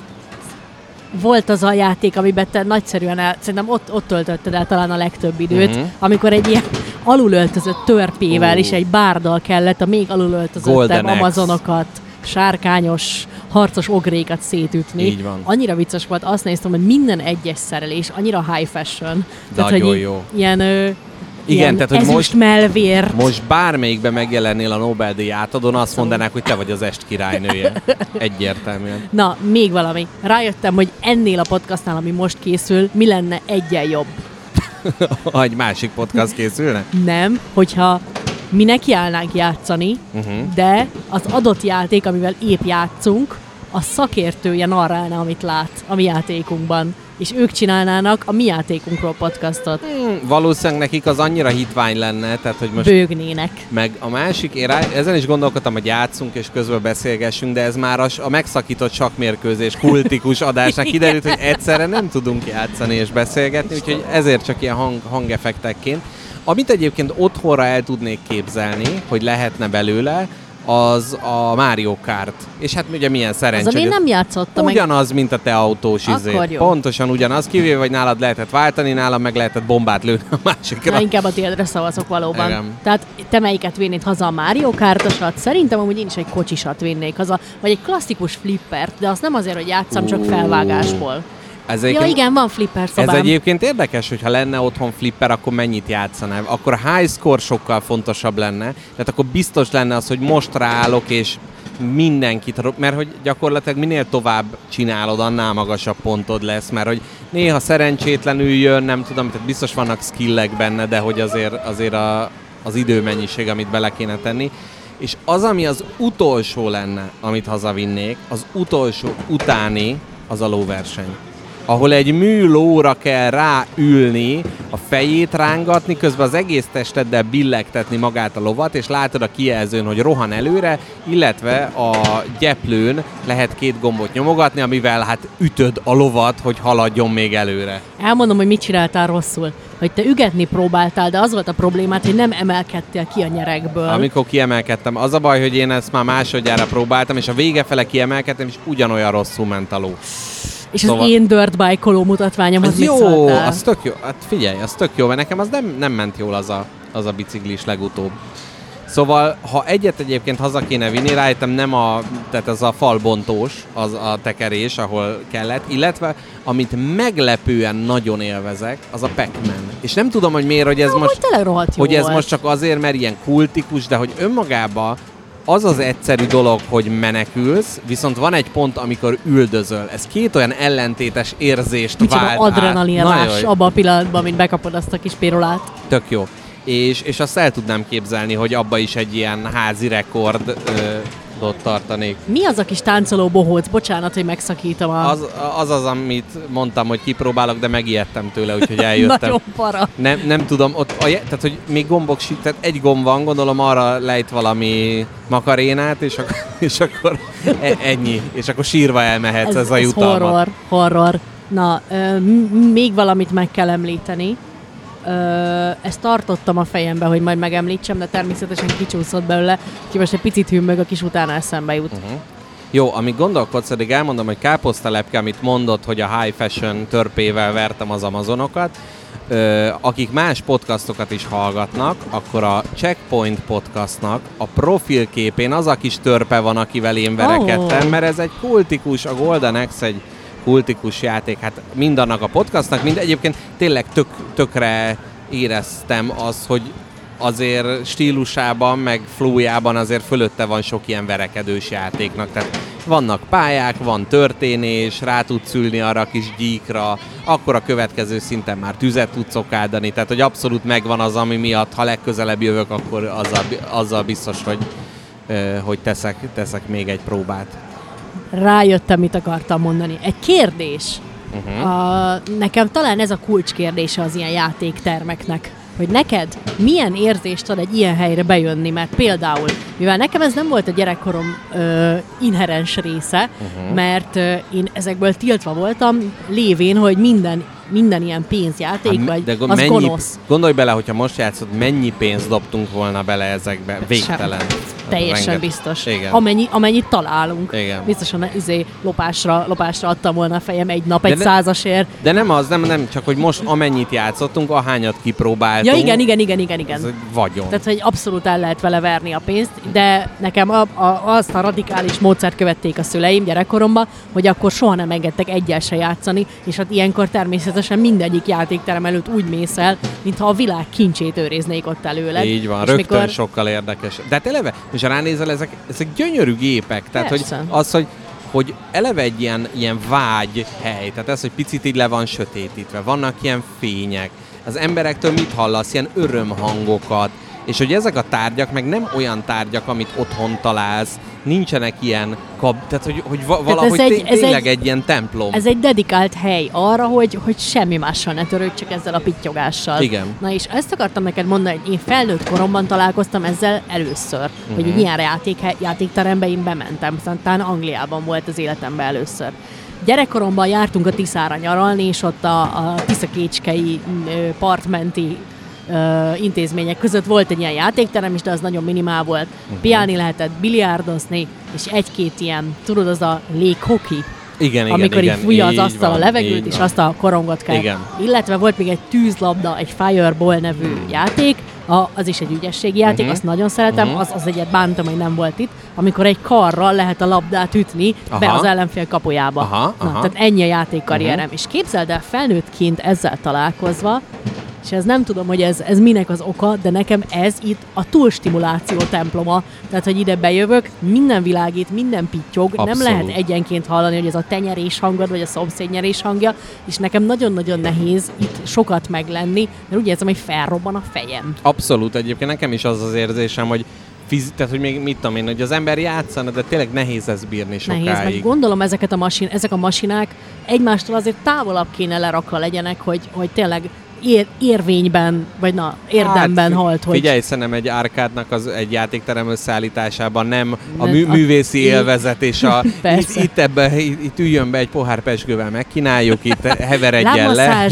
volt az a játék, amiben te nagyszerűen el, szerintem ott, ott töltötted el talán a legtöbb időt, Mhm. amikor egy ilyen alulöltözött törpével Ó. és egy bárdal kellett a még alulöltözöttebb Golden Axe. amazonokat, sárkányos, harcos ogrékat szétütni. Így van. Annyira vicces volt, azt néztem, hogy minden egyes szerelés annyira high fashion. Tehát, Nagyon hogy í- jó. Ilyen, ö, Igen, ilyen tehát, hogy ezüst most- melvér. Most bármelyikben megjelennél a Nobel-díj átadón, azt mondanák, hogy te vagy az est királynője. Egyértelműen. Na, még valami. Rájöttem, hogy ennél a podcastnál, ami most készül, mi lenne egyen jobb. Ha egy másik podcast készülne? Nem, hogyha mi nekiállnánk játszani, Uh-huh. de az adott játék, amivel épp játszunk, a szakértője narrálna, amit lát a mi játékunkban. És ők csinálnának a mi játékunkról podcastot. Hmm, valószínűleg nekik az annyira hitvány lenne, tehát hogy most... Bőgnének. Meg a másik, én rá, ezen is gondolkodtam, hogy játszunk és közben beszélgessünk, de ez már a, a megszakított sakkmérkőzés kultikus adásnak kiderült, hogy egyszerre nem tudunk játszani és beszélgetni, úgyhogy ezért csak ilyen hang, hangeffektekként. Amit egyébként otthonra el tudnék képzelni, hogy lehetne belőle, az a Mario Kart. És hát ugye milyen szerencsé. Az, ami hogy nem játszottam. meg- ugyanaz, mint a te autós izé. Akkor jó. Pontosan ugyanaz, kivéve, hogy nálad lehetett váltani, nálam meg lehetett bombát lőni a másikra. Na, inkább a tiédre szavazok valóban. Igen. Tehát te melyiket vinnéd haza, a Mario Kartosat? Szerintem amúgy én is egy kocsisat vinnék haza, vagy egy klasszikus flippert, de azt nem azért, hogy játszam, csak Ú. felvágásból. Ez Ja egyébként- igen, van flipper szobám. Ez egyébként érdekes, hogyha lenne otthon flipper, akkor mennyit játszanál? Akkor a high score sokkal fontosabb lenne, tehát akkor biztos lenne az, hogy most ráállok, és mindenkit, ro- mert hogy gyakorlatilag minél tovább csinálod, annál magasabb pontod lesz, mert hogy néha szerencsétlenül jön, nem tudom, tehát biztos vannak skillek benne, de hogy azért, azért a, az időmennyiség, amit bele kéne tenni. És az, ami az utolsó lenne, amit hazavinnék, az utolsó utáni, az a lóverseny. Ahol egy műlóra kell ráülni, a fejét rángatni, közben az egész testeddel billegtetni magát a lovat, és látod a kijelzőn, hogy rohan előre, illetve a gyeplőn lehet két gombot nyomogatni, amivel hát ütöd a lovat, hogy haladjon még előre. Elmondom, hogy mit csináltál rosszul. Hogy te ügetni próbáltál, de az volt a problémát, hogy nem emelkedtél ki a nyerekből. Amikor kiemelkedtem, az a baj, hogy én ezt már másodjára próbáltam, és a vége fele kiemelkedtem, és ugyanolyan rosszul ment a ló. És Szóval- az én dirt bike-oló mutatványomhoz Az mit jó, szóltál? az tök jó. Hát figyelj, az tök jó, mert nekem az nem, nem ment jól az a, az a biciklis legutóbb. Szóval, ha egyet egyébként haza kéne vinni, rájöttem nem a, tehát az a falbontós, az a tekerés, ahol kellett, illetve amit meglepően nagyon élvezek, az a Pac-Man. És nem tudom, hogy miért, hogy ez Na, most... hogy tényleg rohadt jó Hogy ez volt. most csak azért, mert ilyen kultikus, de hogy önmagában az az egyszerű dolog, hogy menekülsz, viszont van egy pont, amikor üldözöl. Ez két olyan ellentétes érzést Micsoda vált adrenalinrás abban a pillanatban, mint bekapod azt a kis pérolát. Tök jó. És, és azt el tudnám képzelni, hogy abba is egy ilyen házi rekord ö, tartanék. Mi az a kis táncoló bohóc? Bocsánat, hogy megszakítom a... Az, az az, amit mondtam, hogy kipróbálok, de megijedtem tőle, úgyhogy eljöttem. Nagyon para. Nem, nem tudom, ott a, tehát, hogy még gombok, tehát egy gomb van, gondolom arra lejt valami makarénát, és akkor, és akkor ennyi. És akkor sírva elmehetsz, ez, ez a jutalmat. Ez horror, horror. Na, euh, m- még valamit meg kell említeni. Ö, ezt tartottam a fejembe, hogy majd megemlítsem, de természetesen kicsúszott belőle, ki most egy picit hűmög, a kis utána eszembe jut. Uh-huh. Jó, amíg gondolkodsz, addig elmondom, hogy káposztalepke, amit mondott, hogy a high fashion törpével vertem az amazonokat, ö, akik más podcastokat is hallgatnak, akkor a Checkpoint podcastnak a profilképén az a kis törpe van, akivel én verekedtem, oh. mert ez egy kultikus, a Golden Axe egy kultikus játék, hát mindannak a podcastnak, mind egyébként tényleg tök, tökre éreztem az, hogy azért stílusában, meg flowjában azért fölötte van sok ilyen verekedős játéknak, tehát vannak pályák, van történés, rá tudsz ülni arra a kis gyíkra, akkor a következő szinten már tüzet tudsz okáldani, tehát hogy abszolút megvan az, ami miatt, ha legközelebb jövök, akkor azzal, azzal biztos, hogy, hogy teszek, teszek még egy próbát. Rájöttem, mit akartam mondani. Egy kérdés. Uh-huh. A, nekem talán ez a kulcskérdése az ilyen játéktermeknek, hogy neked milyen érzést ad egy ilyen helyre bejönni, mert például, mivel nekem ez nem volt a gyerekkorom ö, inherens része, uh-huh. mert ö, én ezekből tiltva voltam, lévén, hogy minden, minden ilyen pénzjáték, hát, vagy az mennyi, gonosz. Gondolj bele, hogyha most játszod, mennyi pénzt dobtunk volna bele ezekbe, végtelen. Sem. Teljesen Renget. biztos. Igen. Amennyi, amennyit találunk. Igen. Biztosan izé, lopásra, lopásra adtam volna a fejem egy nap, de egy ne, százasért. De nem az, nem, nem, csak hogy most amennyit játszottunk, ahányat kipróbáltunk. Ja, igen, igen, igen, igen, igen. Ez egy vagyon. Tehát, hogy abszolút el lehet vele verni a pénzt, de nekem a, a, azt a radikális módszert követték a szüleim gyerekkoromban, hogy akkor soha nem engedtek egyel se játszani, és hát ilyenkor természetesen mindegyik játékterem előtt úgy mész el, mintha a világ kincsét őriznék ott előleg. Így van, és rögtön mikor... sokkal érdekes. De hát eleve, és ha ránézel, ezek, ezek gyönyörű gépek. Tehát, hogy az, hogy, hogy eleve egy ilyen, ilyen vágy hely, tehát ez, hogy picit így le van sötétítve, vannak ilyen fények, az emberektől mit hallasz, ilyen örömhangokat, és hogy ezek a tárgyak meg nem olyan tárgyak, amit otthon találsz, nincsenek ilyen kab... Tehát, hogy, hogy va- valahogy egy, té- tényleg egy, egy ilyen templom. Ez egy dedikált hely arra, hogy, hogy semmi mással ne törődj, csak ezzel a pittyogással. Igen. Na és ezt akartam neked mondani, hogy én felnőtt koromban találkoztam ezzel először, uh-huh. hogy egy ilyen játék, játékterembe én bementem, aztán Angliában volt az életemben először. Gyerekkoromban jártunk a Tiszára nyaralni, és ott a, a Tiszakécskei partmenti Uh, intézmények között volt egy ilyen játékterem is, de az nagyon minimál volt. Uh-huh. Piálni lehetett, biliárdozni, és egy-két ilyen, tudod, az a léghoki, igen, amikor igen, így fújja az így asztal van, a levegőt, és van. azt a korongot kell. Igen. Illetve volt még egy tűzlabda, egy Fireball nevű játék, a, az is egy ügyességi játék, uh-huh. azt nagyon szeretem, uh-huh. az, az egyet bántam, hogy nem volt itt, amikor egy karral lehet a labdát ütni aha. be az ellenfél kapujába. Aha, Na, aha. Tehát ennyi a játékkarrierem. Uh-huh. És képzeld el, felnőttként ezzel találkozva, és ez nem tudom, hogy ez, ez minek az oka, de nekem ez itt a túlstimuláció temploma. Tehát, hogy ide bejövök, minden világít, minden pittyog, abszolút. Nem lehet egyenként hallani, hogy ez a te nyerés hangod, vagy a szomszéd nyerés hangja, és nekem nagyon-nagyon nehéz itt sokat meglenni, mert úgy érzem, hogy felrobban a fejem. Abszolút, egyébként nekem is az az érzésem, hogy Fiz, tehát, hogy még mit tudom én, hogy az ember játszana, de tényleg nehéz ezt bírni sokáig. Nehéz, meg gondolom ezeket a masin, ezek a masinák egymástól azért távolabb kéne lerakva legyenek, hogy, hogy tényleg ér, érvényben, vagy na, érdemben hát, halt. Hogy... Figyelj, szerintem egy árkádnak az egy játékterem összeállításában nem a mű, művészi a... élvezet, és a, itt, itt, ebbe, itt üljön be egy pohár pezsgővel, megkínáljuk, itt heveredjen le.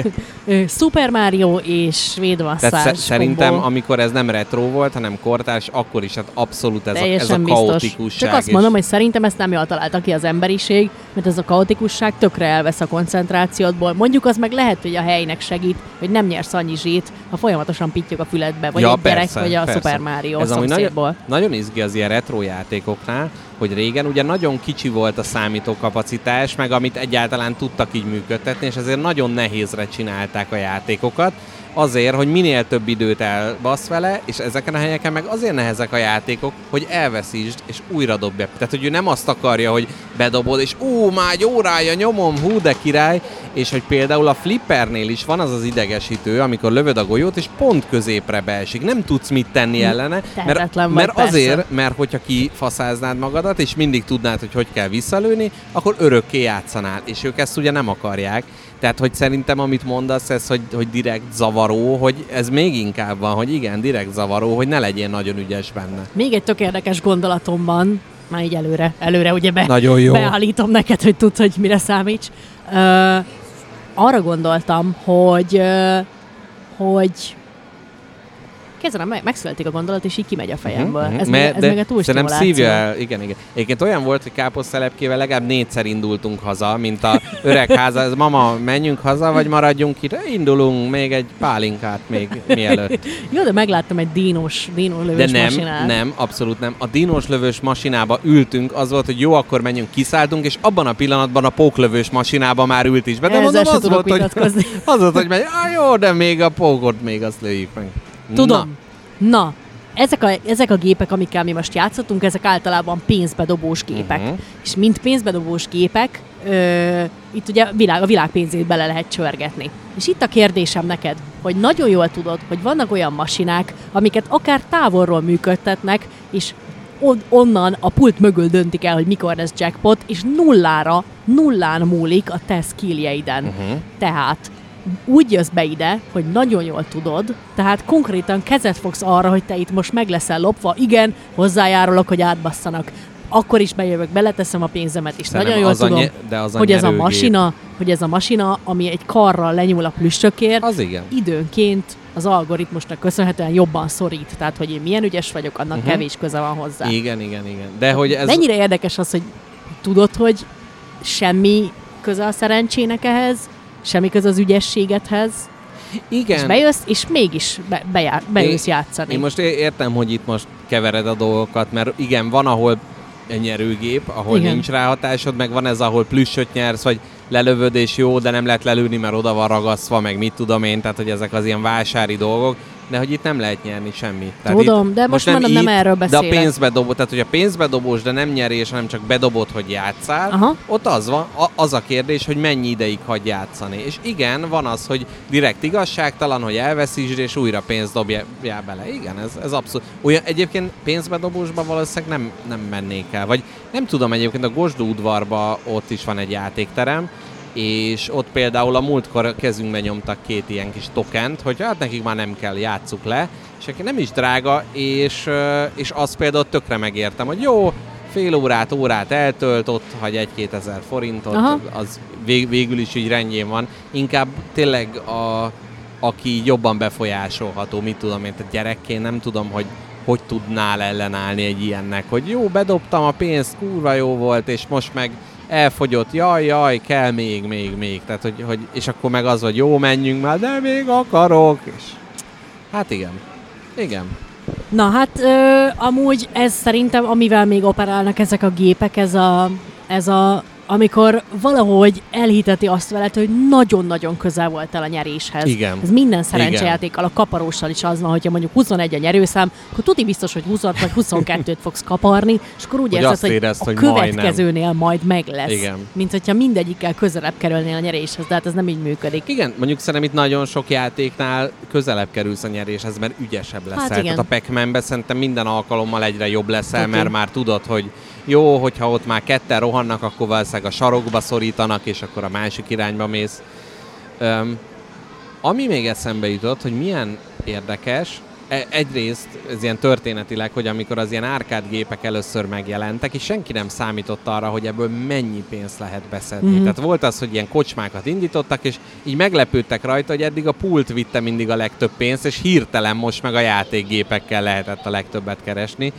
Super Mario és svédmasszázs. Szerintem, kombó. Amikor ez nem retro volt, hanem kortárs, akkor is hát abszolút ez, a, ez a kaotikusság. Csak azt és... mondom, hogy szerintem ezt nem jól találta ki az emberiség, mert ez a kaotikusság tökre elvesz a koncentrációdból. Mondjuk az meg lehet, hogy a helynek segít, hogy nem nyersz annyi zsét, ha folyamatosan pittyog a füledbe, vagy ja, egy gyerek, persze, vagy a persze. Super Mario ez szomszédból. Nagyon, nagyon izgi az ilyen retro játékoknál, hogy régen ugye nagyon kicsi volt a számítókapacitás, meg amit egyáltalán tudtak így működtetni, és ezért nagyon nehézre csinálták a játékokat, azért, hogy minél több időt elbasz vele, és ezeken a helyeken meg azért nehezek a játékok, hogy elveszítsd, és újra dobja. Tehát, hogy ő nem azt akarja, hogy bedobod, és ó, már egy órája nyomom, hú, de király, és hogy például a flippernél is van az az idegesítő, amikor lövöd a golyót, és pont középre beesik. Nem tudsz mit tenni ellene, mert, mert azért, mert hogyha kifaszáznád magadat, és mindig tudnád, hogy hogy kell visszalőni, akkor örökké játszanál, és ők ezt ugye nem akarják. Tehát, hogy szerintem, amit mondasz, ez, hogy, hogy direkt zavaró, hogy ez még inkább van, hogy igen, direkt zavaró, hogy ne legyél nagyon ügyes benne. Még egy tök érdekes gondolatom van, már így előre, előre ugye be, nagyon jó. beállítom neked, hogy tudd, hogy mire számíts. Uh, arra gondoltam, hogy, uh, hogy kezdem, meg, megszületik a gondolat, és így kimegy a fejemből. Uh-huh. Ez, még, ez még a túlstimuláció. Szívja el, igen, igen. Egyébként olyan volt, hogy káposztelepkével legalább négyszer indultunk haza, mint a öreg háza. Ez, mama, menjünk haza, vagy maradjunk itt? Indulunk, még egy pálinkát még mielőtt. Jó, de megláttam egy dínos, dínos lövős de nem, masinát. nem, abszolút nem. A dínos lövős masinába ültünk, az volt, hogy jó, akkor menjünk, kiszálltunk, és abban a pillanatban a póklövős masinába már ült is be. De mondom, az volt, hogy, az volt, hogy megy, ah, jó, de még a pókot még azt lőjük meg. Tudom. Na, Na ezek, a, ezek a gépek, amikkel mi most játszottunk, ezek általában pénzbedobós gépek. Uh-huh. És mint pénzbedobós gépek, ö, itt ugye a világ, a világ pénzét bele lehet csörgetni. És itt a kérdésem neked, hogy nagyon jól tudod, hogy vannak olyan masinák, amiket akár távolról működtetnek, és on, onnan a pult mögül döntik el, hogy mikor lesz jackpot, és nullára, nullán múlik a te skilljeiden. Uh-huh. Tehát úgy jössz be ide, hogy nagyon jól tudod, tehát konkrétan kezet fogsz arra, hogy te itt most meg leszel lopva, igen, hozzájárulok, hogy átbasszanak. Akkor is bejövök, beleteszem a pénzemet, és Szerintem nagyon jól tudom, nye- de az a hogy ez a nyerőgép. masina, hogy ez a masina, ami egy karral lenyúl a plüssökért, az igen. időnként az algoritmusnak köszönhetően jobban szorít. Tehát, hogy én milyen ügyes vagyok, annak uh-huh. kevés köze van hozzá. Igen, igen, igen. De hogy ez... Mennyire érdekes az, hogy tudod, hogy semmi köze a szerencsének ehhez, semmi köze az ügyességedhez, igen. És bejössz, és mégis be, bejár, bejössz én, játszani. Én most értem, hogy itt most kevered a dolgokat, mert igen, van, ahol egy nyerőgép, ahol igen. nincs ráhatásod, meg van ez, ahol plüssöt nyersz, vagy lelövöd, és jó, de nem lehet lelőni, mert oda van ragasztva, meg mit tudom én, tehát hogy ezek az ilyen vásári dolgok, de hogy itt nem lehet nyerni semmit. Tehát tudom, de most, most mondom, nem, nem erről beszélek. De a pénzbedobó, tehát hogy a pénzbedobós, de nem nyerés, hanem csak bedobod, hogy játszál, aha. ott az van, az a kérdés, hogy mennyi ideig hagy játszani. És igen, van az, hogy direkt igazságtalan, hogy elveszítsd, és újra pénzt dobjál bele. Igen, ez, ez abszolút. Olyan, egyébként pénzbedobósban valószínűleg nem, nem mennék el. Vagy nem tudom, egyébként a Gosdú udvarban ott is van egy játékterem, és ott például a múltkor kezünkbe nyomtak két ilyen kis tokent, hogy hát nekik már nem kell, játsszuk le, és nem is drága, és, és azt például tökre megértem, hogy jó, fél órát, órát eltölt, ott hagy egy-két ezer forintot, aha. az vég, végül is így rendjén van. Inkább tényleg a, aki jobban befolyásolható, mit tudom én, tehát gyerekként nem tudom, hogy hogy tudnál ellenállni egy ilyennek, hogy jó, bedobtam a pénzt, kurva jó volt, és most meg elfogyott, jaj, jaj, kell még, még, még. Tehát, hogy, hogy, és akkor meg az, hogy jó, menjünk már, de még akarok. És hát igen. Igen. Na hát ö, amúgy ez szerintem, amivel még operálnak ezek a gépek, ez a, ez a amikor valahogy elhiteti azt veled, hogy nagyon-nagyon közel voltál a nyeréshez. Igen. Ez minden szerencsejátékkal, a kaparóssal is az van, hogyha mondjuk huszonegy a nyerőszám, akkor tuti biztos, hogy húsz vagy huszonkettőt fogsz kaparni, és akkor úgy érzed, hogy érezd, a hogy következőnél majdnem. majd meg lesz. Igen. Mint hogyha mindegyikkel közelebb kerülnél a nyeréshez, de hát ez nem így működik. Igen, mondjuk szerintem itt nagyon sok játéknál közelebb kerülsz a nyeréshez, mert ügyesebb leszel. Hát tehát a Pac-Manben szerintem minden alkalommal egyre jobb leszel, mert már tudod, hogy jó, hogyha ott már ketten rohannak, akkor valószínűleg a sarokba szorítanak, és akkor a másik irányba mész. Um, ami még eszembe jutott, hogy milyen érdekes, egyrészt ez ilyen történetileg, hogy amikor az ilyen árkádgépek először megjelentek, és senki nem számított arra, hogy ebből mennyi pénzt lehet beszedni. Mm-hmm. Tehát volt az, hogy ilyen kocsmákat indítottak, és így meglepődtek rajta, hogy eddig a pult vitte mindig a legtöbb pénzt, és hirtelen most meg a játékgépekkel lehetett a legtöbbet keresni.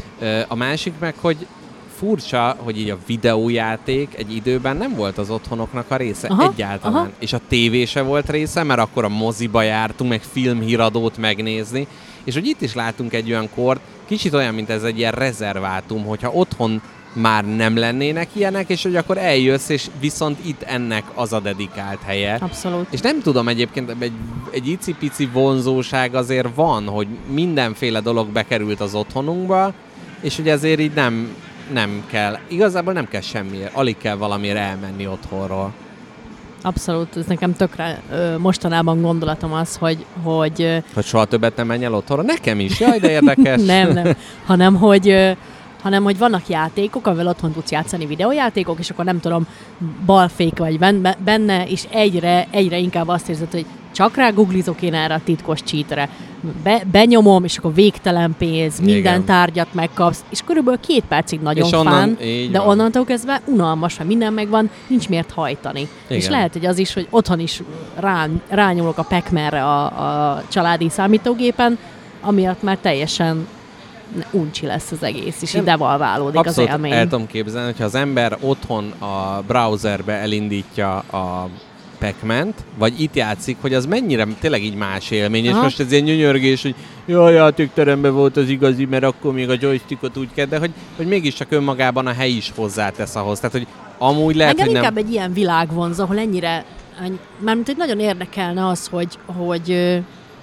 A másik meg, hogy furcsa, hogy így a videójáték egy időben nem volt az otthonoknak a része aha, egyáltalán. Aha. És a tévé se volt része, mert akkor a moziba jártunk, meg filmhíradót megnézni. És hogy itt is látunk egy olyan kort, kicsit olyan, mint ez egy ilyen rezervátum, hogyha otthon már nem lennének ilyenek, és hogy akkor eljössz, és viszont itt ennek az a dedikált helye. Abszolút. És nem tudom, egyébként egy, egy icipici vonzóság azért van, hogy mindenféle dolog bekerült az otthonunkba, és hogy ezért így nem, nem kell, igazából nem kell semmiért, alig kell valamiért elmenni otthonról. Abszolút, ez nekem tökre ö, mostanában gondolatom az, hogy... Hogy, ö, hogy soha többet nem menj el otthonra? Nekem is, jaj, de érdekes. nem, nem, hanem hogy... Ö, hanem hogy vannak játékok, amivel otthon tudsz játszani, videójátékok, és akkor nem tudom, balfék vagy benne, és egyre, egyre inkább azt érzed, hogy csak rá googlizok én erre a titkos cheatre. Be, benyomom, és akkor végtelen pénz, minden Igen. tárgyat megkapsz, és körülbelül két percig nagyon fán, de van. Onnantól kezdve unalmas, mert minden megvan, nincs miért hajtani. Igen. És lehet, hogy az is, hogy otthon is rá, rányomok a Pac-Manre a, a családi számítógépen, amiatt már teljesen uncsi lesz az egész, és így devalválódik Abszolút az élmény. El tudom képzelni, hogyha az ember otthon a browserbe elindítja a Pac-Man-t, vagy itt játszik, hogy az mennyire tényleg így más élmény, Aha. és most ez ilyen nyönyörgés, hogy jaj, játékteremben volt az igazi, mert akkor még a joystickot úgy kell, de hogy, hogy mégiscsak önmagában a hely is hozzátesz ahhoz. Tehát, hogy amúgy lehet, Engem hogy nem... inkább egy ilyen világ vonz, ahol ennyire, mármint, hogy nagyon érdekelne az, hogy, hogy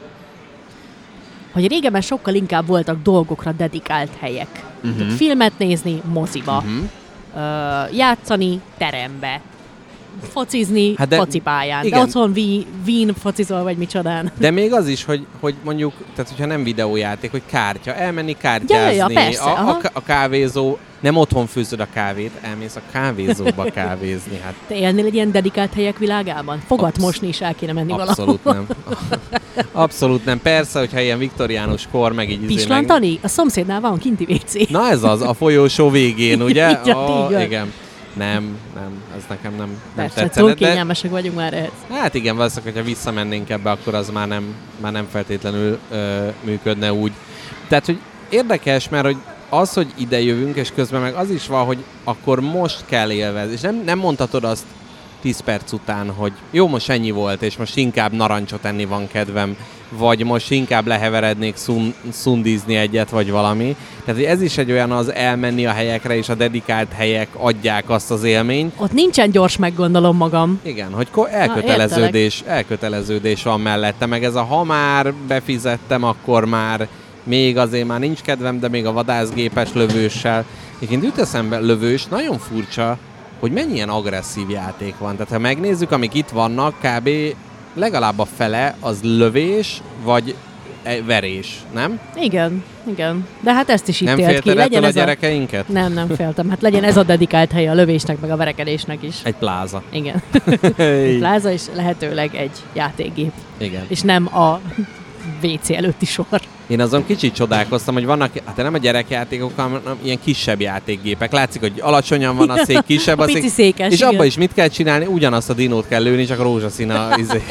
hogy régebben sokkal inkább voltak dolgokra dedikált helyek. Uh-huh. Tehát filmet nézni, moziba, uh-huh. uh, játszani, terembe, focizni, hát de, focipályán. Igen. De otthon vín focizol, vagy micsodán. De még az is, hogy, hogy mondjuk, tehát hogyha nem videójáték, hogy kártya, elmenni kártyázni, ja, ja, persze, a, a, a kávézó, nem otthon főzöd a kávét, elmész a kávézóba kávézni. Hát. Te élnél egy ilyen dedikált helyek világában? Fogat Absz- mosni is el kéne menni Abszolút valahol. nem. Abszolút nem. Persze, hogyha ilyen viktoriánus kor, meg így... Pislantani? Meg... A szomszédnál van kinti vécé. Na ez az, a folyósó végén, ugye? így, oh, így igen. Nem, nem, ez nekem nem, nem Persze, tetszene. túl kényelmesek de... vagyunk már ehhez. Hát igen, valószínűleg, hogyha visszamennénk ebbe, akkor az már nem, már nem feltétlenül ö, működne úgy. Tehát, hogy érdekes, mert hogy az, hogy ide jövünk, és közben meg az is van, hogy akkor most kell élvezni. És nem, nem mondhatod azt tíz perc után, hogy jó, most ennyi volt, és most inkább narancsot enni van kedvem, vagy most inkább leheverednék szun, szundizni egyet, vagy valami. Tehát ez is egy olyan, az elmenni a helyekre, és a dedikált helyek adják azt az élményt. Ott nincsen gyors, meggondolom magam. Igen, hogy elköteleződés, elköteleződés van mellette, meg ez a ha már befizettem, akkor már még azért már nincs kedvem, de még a vadászgépes lövőssel. Egyébként jut eszembe lövős, nagyon furcsa, hogy mennyi ilyen agresszív játék van. Tehát ha megnézzük, amik itt vannak, kb. Legalább a fele az lövés, vagy verés, nem? Igen, igen. De hát ezt is itt nem élt ki. Nem legyen a ez gyerekeinket? A... Nem, nem féltem. Hát legyen ez a dedikált hely a lövésnek, meg a verekedésnek is. Egy pláza. Igen. Egy pláza, és lehetőleg egy játékgép. Igen. És nem a vé cé előtti sor. Én azon kicsit csodálkoztam, hogy vannak, hát nem a gyerekjátékok, hanem ilyen kisebb játékgépek. Látszik, hogy alacsonyan van a szék, kisebb a, a szék. Székes, és igen. abban is mit kell csinálni? Ugyanazt a dinót kell lőni, csak a rózsaszín a, izé,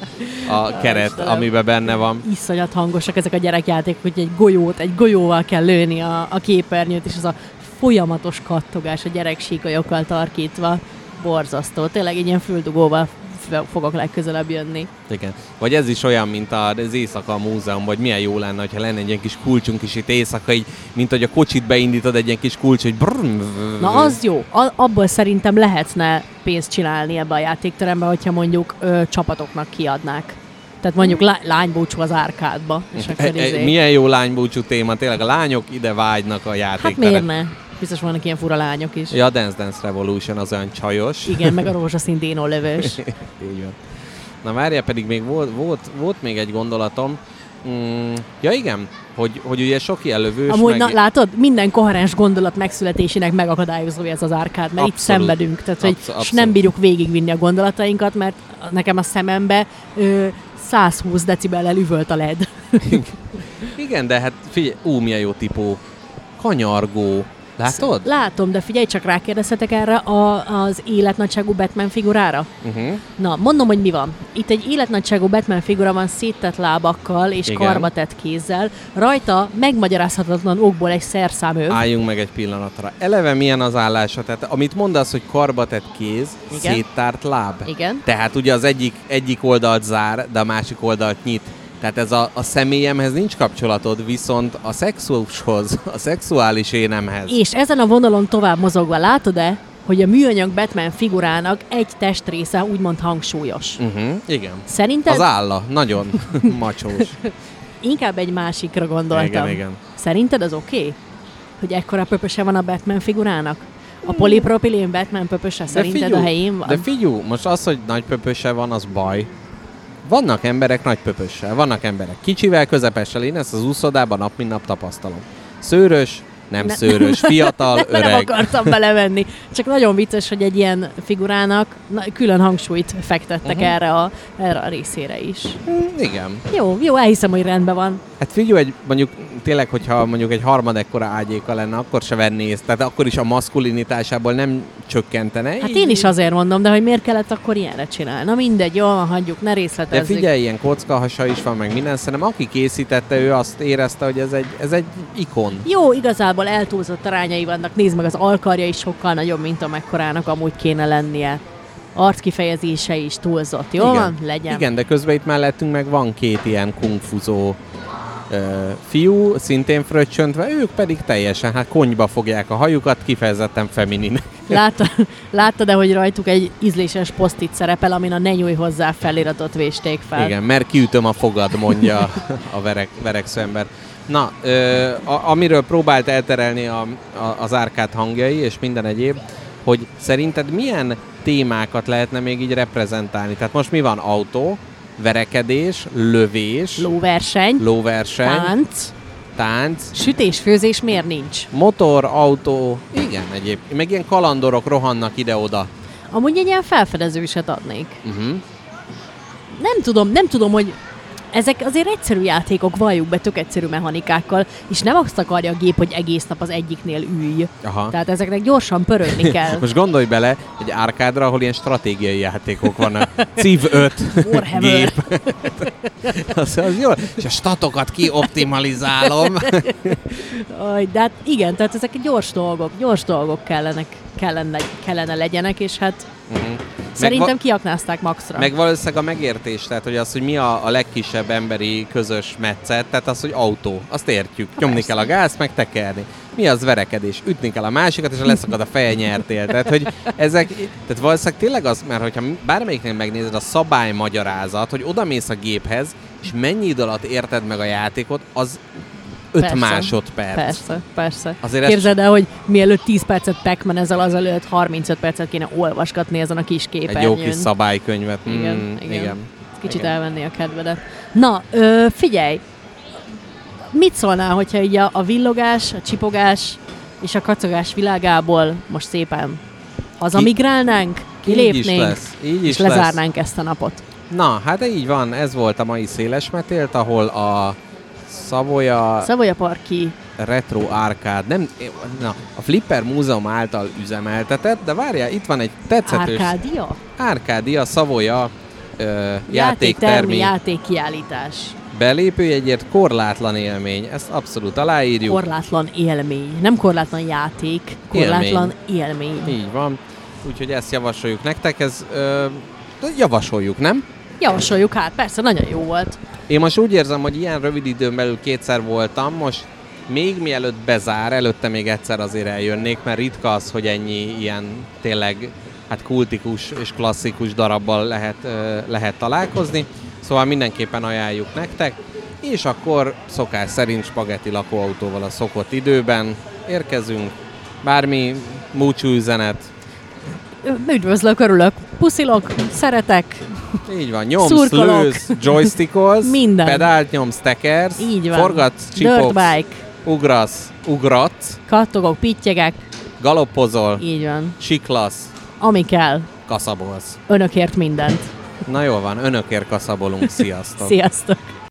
a keret, Istenem. Amiben benne van. Iszonyat hangosak ezek a gyerekjátékok, hogy egy golyót, egy golyóval kell lőni a, a képernyőt, és az a folyamatos kattogás a gyerek síkolyokkal tarkítva. Borzasztó. Tényleg egy ilyen füldugóval fogok legközelebb jönni. Igen. Vagy ez is olyan, mint az Éjszaka Múzeum, vagy milyen jó lenne, hogyha lenne egy ilyen kis kulcsunk is itt éjszaka, így, mint hogy a kocsit beindítod egy ilyen kis kulcs, hogy brrrr. Na az jó. A- abból szerintem lehetne pénzt csinálni ebbe a játékterembe, hogyha mondjuk ö, csapatoknak kiadnák. Tehát mondjuk lá- lánybúcsú az árkádba. És e- e- milyen jó lánybúcsú téma, tényleg a lányok ide vágynak a játékterembe. Hát miért ne? Biztos vannak ilyen fura lányok is. Ja, a Dance Dance Revolution az olyan csajos. Igen, meg a rózsaszín dínó lövős. Így van. Na várjál, pedig még volt, volt, volt még egy gondolatom. Mm, ja igen, hogy, hogy ugye sok ilyen lövős. Amúgy, meg... na, látod, minden koherens gondolat megszületésének megakadályozója ez az árkád, mert abszolút, itt szenvedünk, tehát hogy abszolút. Nem bírjuk végigvinni a gondolatainkat, mert nekem a szemembe ö, száz húsz decibellel üvölt a led. Igen, de hát figyelj, ú, milyen jó tipó. Kanyargó. Látod? Látom, de figyelj, csak rákérdezhetek erre a, az életnagyságú Batman figurára? Uh-huh. Na, mondom, hogy mi van. Itt egy életnagyságú Batman figura van széttett lábakkal és igen. karbatett kézzel. Rajta megmagyarázhatatlan okból egy szerszámöv. Álljunk meg egy pillanatra. Eleve milyen az állása? Tehát amit mondasz, hogy karbatett kéz, igen. széttárt láb. Igen. Tehát ugye az egyik, egyik oldalt zár, de a másik oldalt nyit. Tehát ez a, a személyemhez nincs kapcsolatod, viszont a szexushoz, a szexuális énemhez. És ezen a vonalon tovább mozogva látod-e, hogy a műanyag Batman figurának egy testrésze úgymond hangsúlyos? Uh-huh, igen. Szerinted? Az álla, nagyon macsós. Inkább egy másikra gondoltam. Igen, igen. Szerinted az oké? Okay? Hogy ekkora pöpöse van a Batman figurának? A polipropilén Batman pöpöse szerinted figyú, a helyén van? De figyú, most az, hogy nagy pöpöse van, az baj. Vannak emberek nagy pöpössel, vannak emberek kicsivel, közepessel. Én ezt az úszodában nap mint nap tapasztalom. Szőrös, nem ne. szőrös, fiatal, öreg. Nem akartam belevenni. Csak nagyon vicces, hogy egy ilyen figurának na, külön hangsúlyt fektettek uh-huh. erre, a, erre a részére is. Mm, igen. Jó, jó, elhiszem, hogy rendben van. Hát figyelj, egy, mondjuk tényleg, hogyha mondjuk egy harmadekkora ágyéka lenne, akkor se venné észre. Tehát akkor is a maszkulinitásából nem csökkentene. Hát én is azért mondom, de hogy miért kellett akkor ilyenre csinálni? Na mindegy, jó, hagyjuk, ne részletezzük. De figyelj, ilyen kockahasa is van, meg minden. Szerintem aki készítette, ő azt érezte, hogy ez egy, ez egy ikon. Jó, igazából eltúlzott arányai vannak. Nézd meg, az alkarja is sokkal nagyobb, mint amekkorának amúgy kéne lennie. Arckifejezése is túlzott, jó? Igen. Legyen. Igen, de közben itt mellettünk meg van két ilyen kungfuzó uh, fiú, szintén fröccsöntve, ők pedig teljesen, hát konyba fogják a hajukat, kifejezetten feminin. Láttad, láttad-e, hogy rajtuk egy ízléses posztit szerepel, amin a ne nyújj hozzá feliratot vésték fel? Igen, mert kiütöm a fogad, mondja a verek, vereksző ember. Na, ö, a, amiről próbált elterelni a, a, az árkád hangjai és minden egyéb, hogy szerinted milyen témákat lehetne még így reprezentálni? Tehát most mi van? Autó, verekedés, lövés, lóverseny, lóverseny tánc, tánc, sütés-főzés miért nincs? Motor, autó, igen egyéb. Meg ilyen kalandorok rohannak ide-oda. Amúgy egy ilyen felfedezőset adnék. Uh-huh. Nem tudom, nem tudom, hogy ezek azért egyszerű játékok, valljuk be, tök egyszerű mechanikákkal, és nem azt akarja a gép, hogy egész nap az egyiknél ülj. Aha. Tehát ezeknek gyorsan pörögni kell. Most gondolj bele egy árkádra, ahol ilyen stratégiai játékok vannak. Civ öt gép. az, az jó. És a statokat kioptimalizálom. De hát igen, tehát ezek gyors dolgok, gyors dolgok kellenek, kellene, kellene legyenek, és hát uh-huh. Szerintem va- kiaknázták maxra. Meg valószínűleg a megértés, tehát hogy az, hogy mi a, a legkisebb emberi közös metszet, tehát az, hogy autó, azt értjük. Nyomni Persze. kell a gázt, meg tekerni. Mi az verekedés? Ütni kell a másikat, és ha leszakad a feje, nyertél. Tehát, hogy ezek, tehát valószínűleg tényleg az, mert hogyha bármelyiknél megnézed a szabálymagyarázat, hogy odamész a géphez, és mennyi idő alatt érted meg a játékot, az öt persze. másodperc. Persze, persze. Azért képzeld el, hogy mielőtt tíz percet Pac-Man ezzel, azelőtt harmincöt percet kéne olvasgatni ezen a kis képernyőn. Egy jó kis szabálykönyvet. Igen, mm, igen. igen. Kicsit igen. elvenni a kedvedet. Na, ö, figyelj! Mit szólnál, hogyha így a, a villogás, a csipogás és a kacagás világából most szépen hazamigrálnánk, kilépnénk, így is lesz, így is és lezárnánk lesz. ezt a napot? Na, hát így van, ez volt a mai Szélesmetélt, ahol a Savoya... Savoya Parki Retro Arcade, nem, na, a Flipper Múzeum által üzemeltetett, de várjál, itt van egy tetszetős... Arkádia? Arkádia, Savoya ö, játéktermi, játéktermi játékkiállítás. Belépőjegyért korlátlan élmény, ezt abszolút aláírjuk. Korlátlan élmény, nem korlátlan játék, korlátlan élmény. élmény. Így van, úgyhogy ezt javasoljuk nektek, ez ö, javasoljuk, nem? Javasoljuk, hát persze, nagyon jó volt. Én most úgy érzem, hogy ilyen rövid időn belül kétszer voltam, most még mielőtt bezár, előtte még egyszer azért eljönnék, mert ritka az, hogy ennyi ilyen tényleg hát kultikus és klasszikus darabbal lehet, lehet találkozni. Szóval mindenképpen ajánljuk nektek, és akkor szokás szerint spagetti lakóautóval a szokott időben érkezünk. Bármi búcsú üzenet. Üdvözlök, örülök, puszilok, szeretek. Így van, nyomsz, lősz, joystickolsz, minden. Pedált nyomsz, tekersz, így van. forgatsz, csipogsz, bike. ugrasz, ugratsz, kattogok, pittyegek, galoppozol, így van. Siklasz, ami kell. Kaszabolsz. Önökért mindent. Na jól van, önökért kaszabolunk, sziasztok! Sziasztok!